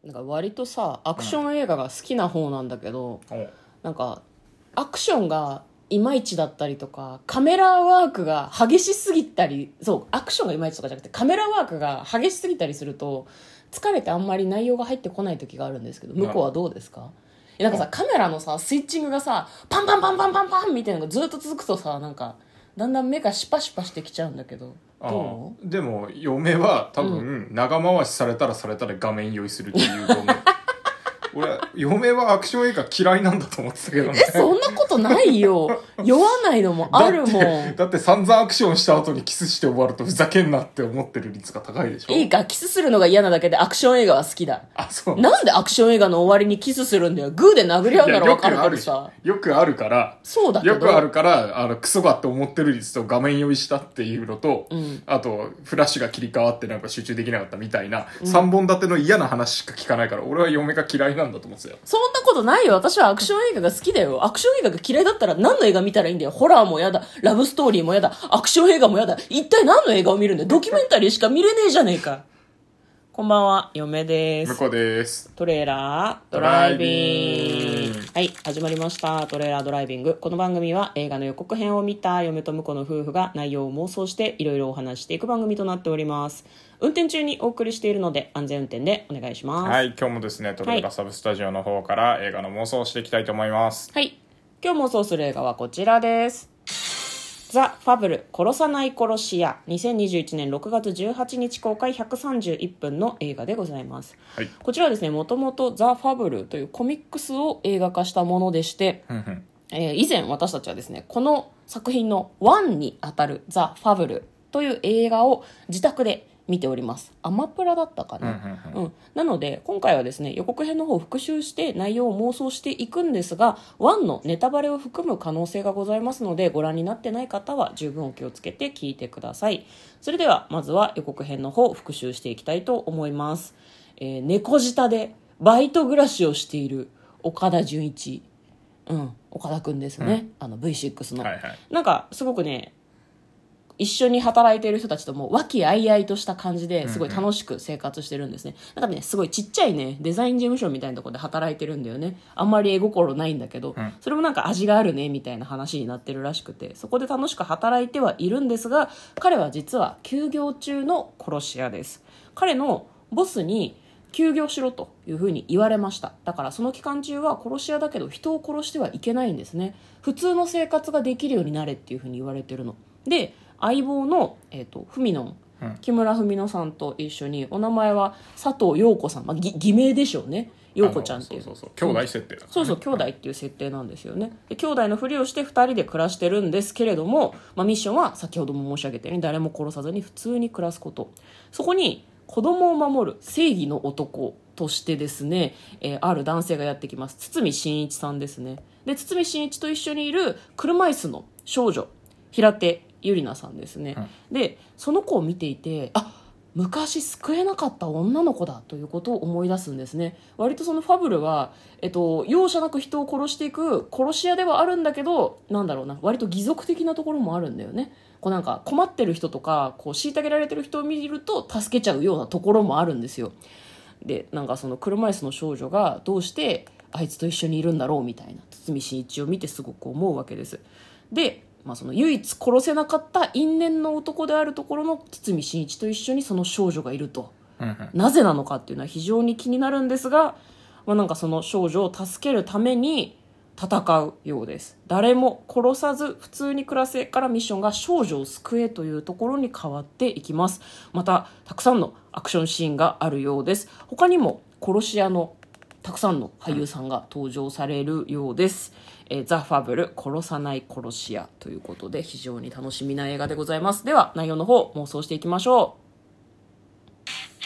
なんか割とさアクション映画が好きな方なんだけど、なんかアクションがいまいちだったりとか、カメラワークが激しすぎたり、そうアクションがいまいちとかじゃなくてカメラワークが激しすぎたりすると疲れてあんまり内容が入ってこない時があるんですけど、向こうはどうですか？なんかさ、カメラのさスイッチングがさパンパンパンパンパンパンみたいなのがずっと続くとさ、なんかだんだん目がシパシパしてきちゃうんだけど、どう？ でも嫁は多分、長回しされたらされたら画面酔いするっていう俺嫁はアクション映画嫌いなんだと思ってたけどね。 そんなことないよ。酔わないのもあるもん。 だって散々アクションした後にキスして終わるとふざけんなって思ってる率が高いでしょ。 いいか、キスするのが嫌なだけでアクション映画は好きだ。 あ、そうなんでアクション映画の終わりにキスするんだよ。グーで殴り合うなら分かるけどさ。 よくあるから。 そうだけど。 よくあるから、クソがって思ってる率と画面酔いしたっていうのと、あと、フラッシュが切り替わってなんか集中できなかったみたいな、3本立ての嫌な話しか聞かないから、俺は嫁が嫌いなんだと思ってたよ。 そんなことないよ。私はアクション映画が好きだよ。アクション映画が嫌いだったら何の映画見たらいいんだよ。ホラーもやだ。ラブストーリーもやだ。アクション映画もやだ。一体何の映画を見るんだよ。ドキュメンタリーしか見れねえじゃねえか。こんばんは、嫁です。 向こうです。 トレーラードライビング。はい、始まりました。トレーラードライビング。この番組は映画の予告編を見た嫁と婿の夫婦が内容を妄想していろいろお話していく番組となっております。運転中にお送りしているので安全運転でお願いします。 はい、今日もですね、トレーラーサブスタジオの方から映画の妄想をしていきたいと思います。 はい、今日妄想する映画はこちらです。ザ・ファブル殺さない殺し屋、2021年6月18日公開131分の映画でございます。 はい、 こちらはですね、もともとザ・ファブルというコミックスを映画化したものでして、以前私たちはですね、この作品の1にあたるザ・ファブルという映画を自宅で見ております。アマプラだったかな、なので今回はですね、予告編の方を復習して内容を妄想していくんですが、1のネタバレを含む可能性がございますので、ご覧になってない方は十分お気をつけて聞いてください。それではまずは予告編の方を復習していきたいと思います。猫舌でバイト暮らしをしている岡田准一、岡田くんですね、V6 の、なんかすごくね、一緒に働いている人たちとも和気あいあいとした感じですごい楽しく生活してるんですね。なんかね、すごいちっちゃいねデザイン事務所みたいなところで働いてるんだよね。あんまり絵心ないんだけど、それもなんか味があるねみたいな話になってるらしくて、そこで楽しく働いてはいるんですが、彼は実は休業中の殺し屋です。彼のボスに休業しろというふうに言われました。だからその期間中は殺し屋だけど人を殺してはいけないんですね。普通の生活ができるようになれっていうふうに言われてるので、相棒の、フミノン、木村文乃さんと一緒に、お名前は佐藤陽子さん、偽名でしょうね、陽子ちゃんっていう、 そう兄弟設定だから、ね、 そう兄弟っていう設定なんですよね。で兄弟のふりをして2人で暮らしてるんですけれども、ミッションは先ほども申し上げたように誰も殺さずに普通に暮らすこと。そこに子供を守る正義の男としてですね、ある男性がやってきます。堤真一さんですね。で堤真一と一緒にいる車椅子の少女平手ゆりなさんですね、でその子を見ていて、昔救えなかった女の子だということを思い出すんですね。割とそのファブルは、容赦なく人を殺していく殺し屋ではあるんだけど、なんだろうな、割と義賊的なところもあるんだよね。こうなんか困ってる人とかこう虐げられてる人を見ると助けちゃうようなところもあるんですよ。でなんかその車椅子の少女がどうしてあいつと一緒にいるんだろうみたいな堤真一を見てすごく思うわけです。でその唯一殺せなかった因縁の男であるところの堤真一と一緒にその少女がいると、なぜなのかっていうのは非常に気になるんですが、なんかその少女を助けるために戦うようです。誰も殺さず普通に暮らせからミッションが少女を救えというところに変わっていきます。またたくさんのアクションシーンがあるようです。他にも殺し屋のたくさんの俳優さんが登場されるようです。ザ・ファブル殺さない殺し屋ということで非常に楽しみな映画でございます。では内容の方妄想していきましょう。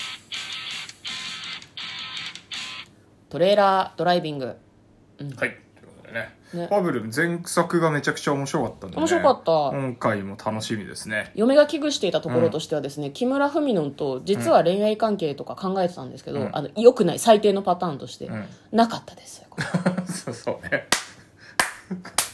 トレーラードライビング、 はいということでね、ファブル前作がめちゃくちゃ面白かったんで、ね、 面白かった。 今回も楽しみですね。 嫁が危惧していたところとしてはですね、木村文乃と実は恋愛関係とか考えてたんですけど、良くない最低のパターンとして、なかったですよそうね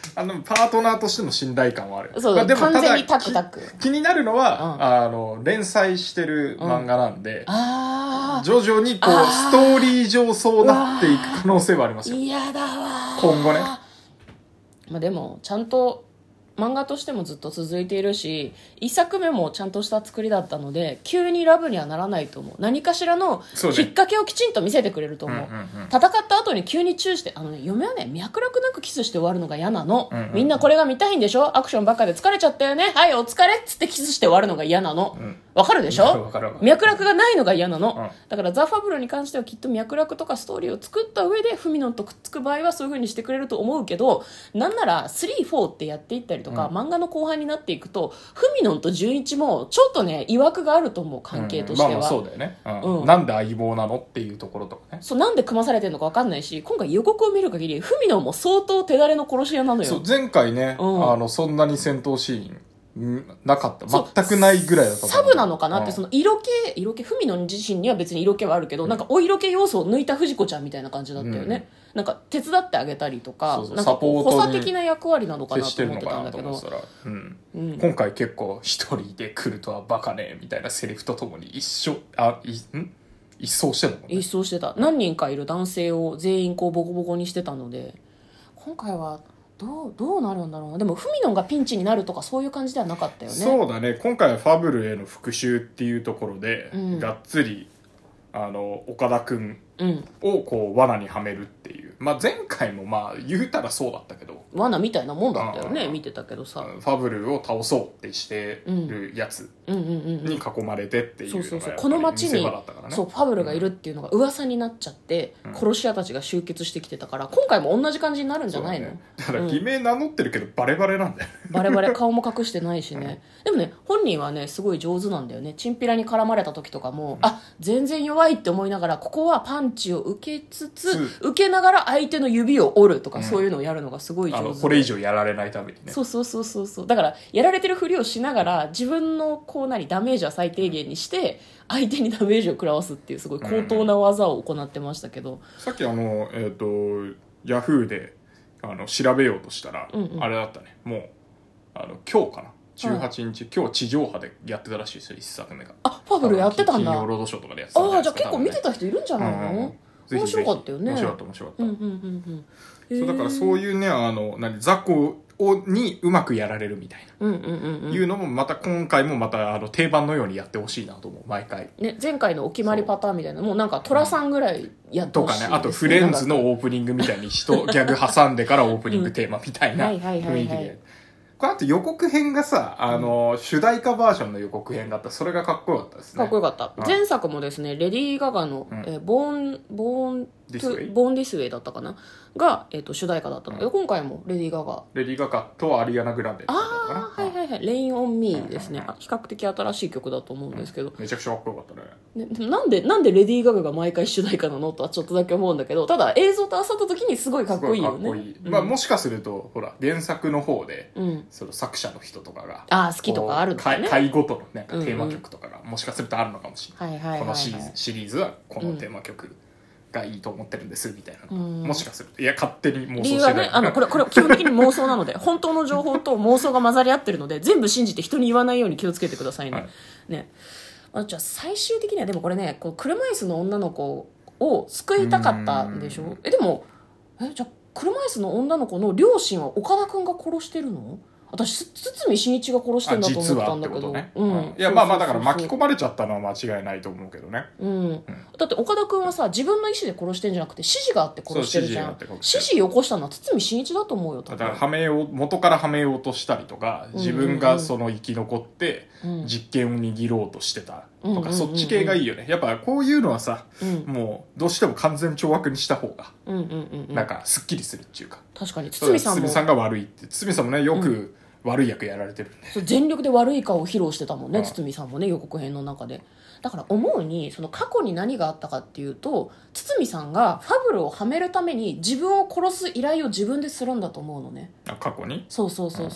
パートナーとしての信頼感はある。 そう、 まあ、でも完全にタクタク。 気になるのは、連載してる漫画なんで、徐々にこう、ストーリー上そうなっていく可能性はありますよ。 嫌だわ。 今後ね。 まあでも、ちゃんと、漫画としてもずっと続いているし、一作目もちゃんとした作りだったので、急にラブにはならないと思う。何かしらのきっかけをきちんと見せてくれると思う。戦った後に急にチューして、嫁はね、脈絡なくキスして終わるのが嫌なの。みんなこれが見たいんでしょ？アクションばっかで疲れちゃったよね。はい、お疲れっつってキスして終わるのが嫌なの。わかるでしょ？ わかる。 脈絡がないのが嫌なの。だからザ・ファブルに関してはきっと脈絡とかストーリーを作った上でフミノンとくっつく場合はそういう風にしてくれると思うけど、なんなら3、4ってやっていったりとか、漫画の後半になっていくと、フミノンと純一もちょっとね、曰くがあると思う、関係としては。 まあそうだよね。なんで相棒なのっていうところとかね。 そう、なんで組まされてるのか分かんないし、今回予告を見る限り、フミノンも相当手だれの殺し屋なのよ。 そう、前回ね、そんなに戦闘シーン、なかった。全くないぐらいだった。 サブなのかなって、その色気、フミノン自身には別に色気はあるけど、なんかお色気要素を抜いた藤子ちゃんみたいな感じだったよね。なんか手伝ってあげたりとか、なんか補佐的な役割なのかなと思ってたんだけど。 今回結構一人で来るとはバカね、みたいなセリフとともに一掃してたもんね。 一掃してた。何人かいる男性を全員こうボコボコにしてたので、今回は、どうなるんだろうな。でもフミノンがピンチになるとかそういう感じではなかったよね。 そうだね。今回はファブルへの復讐っていうところで、がっつり岡田君をこう罠にはめるっていう、まあ、前回もまあ言うたらそうだったけど、 罠みたいなもんだったよね。見てたけどさ、 ファブルを倒そうってしてるやつに囲まれてっていうのがこの街にそうファブルがいるっていうのが噂になっちゃって、殺し屋たちが集結してきてたから、今回も同じ感じになるんじゃないの？ だから偽名名乗ってるけどバレバレなんだよね。 バレバレ、顔も隠してないしね。でもね、本人はねすごい上手なんだよね。チンピラに絡まれた時とかも、全然弱いって思いながら、ここはパンチを受けつつ受けながら相手の指を折るとか、そういうのをやるのがすごい上手。 これ以上やられないためにね。 そうだからやられてるふりをしながら自分のこうダメージは最低限にして相手にダメージを食らわすっていうすごい高等な技を行ってましたけど、 さっきヤフーで調べようとしたら、あれだったね。もう今日かな、18日、今日地上波でやってたらしいですよ、1作目が。 ファブルやってたんだ。 金曜ロードショーとかでやってたんじゃないですか。 じゃあ結構見てた人いるんじゃないの？面白かったよね。 面白かった。そうだからそういうね、雑魚にうまくやられるみたいな、いうのもまた今回もまた定番のようにやってほしいなと思う、毎回ね。前回のお決まりパターンみたいな、もうなんか寅さんぐらいやってほしいですね。 とかね、あとフレンズのオープニングみたいにギャグ挟んでからオープニングテーマみたいな雰囲気で。これあと予告編がさ、主題歌バージョンの予告編があった。それがかっこよかったですね。 かっこよかった。前作もですね、レディー・ガガの、ボーンディスウェイだったかなが、主題歌だったので、今回もレディー・ガガとアリアナ・グランデだったかな。レイン・オン・ミーですね。比較的新しい曲だと思うんですけど、 めちゃくちゃかっこよかったね。 でもなんでレディー・ガガが毎回主題歌なのとはちょっとだけ思うんだけど、ただ映像と合わさった時にすごいかっこいいよね。 もしかするとほら原作の方で、その作者の人とかが好きとかあるのかね。 回ごとのなんかテーマ曲とかがもしかするとあるのかもしれない。このシリーズはこのテーマ曲がいいと思ってるんですみたいな、もしかすると、いや勝手に妄想してない。 理由はね、これ基本的に妄想なので本当の情報と妄想が混ざり合ってるので全部信じて人に言わないように気をつけてくださいね。ね。じゃあ最終的にはでもこれね、こう車椅子の女の子を救いたかったんでしょ。でもじゃあ車椅子の女の子の両親は岡田君が殺してるの？私堤真一が殺してんだと思ったんだけど、 ね、いやまあだから巻き込まれちゃったのは間違いないと思うけどね、 だって岡田君はさ自分の意思で殺してんじゃなくて指示があって殺してるじゃん。指示起こしたのは堤真一だと思うよ。 だから元からはめようとしたりとか、自分がその生き残って実権を握ろうとしてたとか、そっち系がいいよね。やっぱこういうのはさ、もうどうしても完全懲悪にした方がなんかすっきりするっていうか。 確かに堤さんが悪いって、堤さんもねよく、悪い役やられてるんで、 全力で悪い顔を披露してたもんね、堤さんもね、予告編の中で。だから思うに、その過去に何があったかっていうと、堤さんがファブルをはめるために自分を殺す依頼を自分でするんだと思うのね。 過去にそう、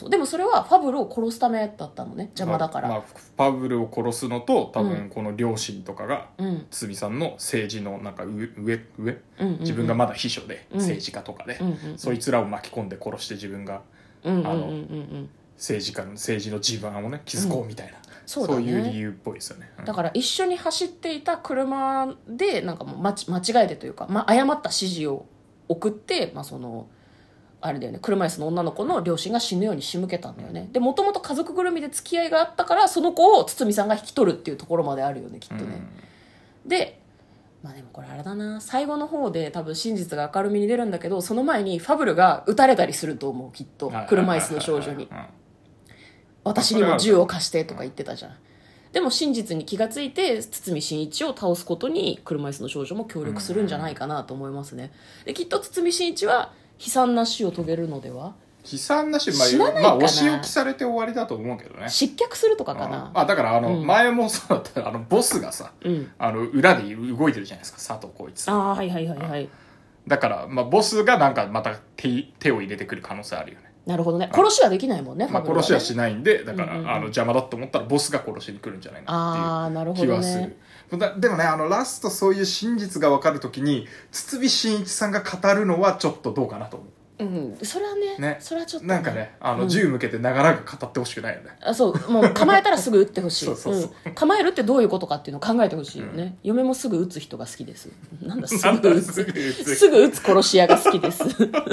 でもそれはファブルを殺すためだったのね。邪魔だから、 ファブルを殺すのと多分この両親とかが、堤さんの政治のなんか上、自分がまだ秘書で、政治家とかで、そいつらを巻き込んで殺して自分が政治の地盤をね築こうみたいな、 そういう理由っぽいですよね。 だから一緒に走っていた車でなんかもう間違えてというか、誤った指示を送って、そのあれだよね、車椅子の女の子の両親が死ぬように仕向けたんだよね。でもともと家族ぐるみで付き合いがあったから、その子を堤さんが引き取るっていうところまであるよね、きっとね。ででもこれあれだな、最後の方で多分真実が明るみに出るんだけど、その前にファブルが撃たれたりすると思う、きっと車椅子の少女に。私にも銃を貸してとか言ってたじゃん。でも真実に気がついて堤真一を倒すことに車椅子の少女も協力するんじゃないかなと思いますね。できっと堤真一は悲惨な死を遂げるのでは。 悲惨な死、 死なないかな、 お仕置きされて終わりだと思うけどね。 失脚するとかかな。 だから前もそうだったボスがさ、裏で動いてるじゃないですか、佐藤浩市さん。 はいはいはいはい。 だからボスがなんかまた手を入れてくる可能性あるよね。 なるほどね。殺しはできないもんね、 殺しはしないんで、だから、邪魔だと思ったらボスが殺しに来るんじゃないかっていう気はする。でもね、ラストそういう真実が分かるときに堤真一さんが語るのはちょっとどうかなと思う。 それはね、それはちょっと、 なんかね、銃向けて長々語ってほしくないよね。 そう、もう構えたらすぐ撃ってほしい。 そう構えるってどういうことかっていうのを考えてほしいよね。嫁もすぐ撃つ人が好きです。なんだすぐ撃つすぐ撃つ殺し屋が好きです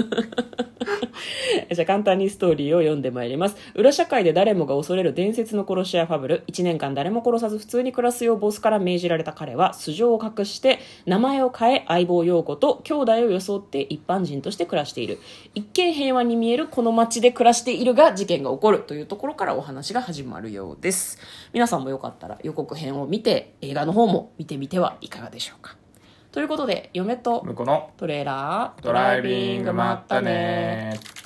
じゃあ簡単にストーリーを読んでまいります。裏社会で誰もが恐れる伝説の殺し屋ファブル。1年間誰も殺さず普通に暮らすようボスから命じられた彼は素性を隠して名前を変え相棒陽子と兄弟を装って一般人として暮らしている。一見平和に見えるこの街で暮らしているが事件が起こるというところからお話が始まるようです。皆さんもよかったら予告編を見て映画の方も見てみてはいかがでしょうか。ということで嫁と向こうのトレーラードライビングまったね。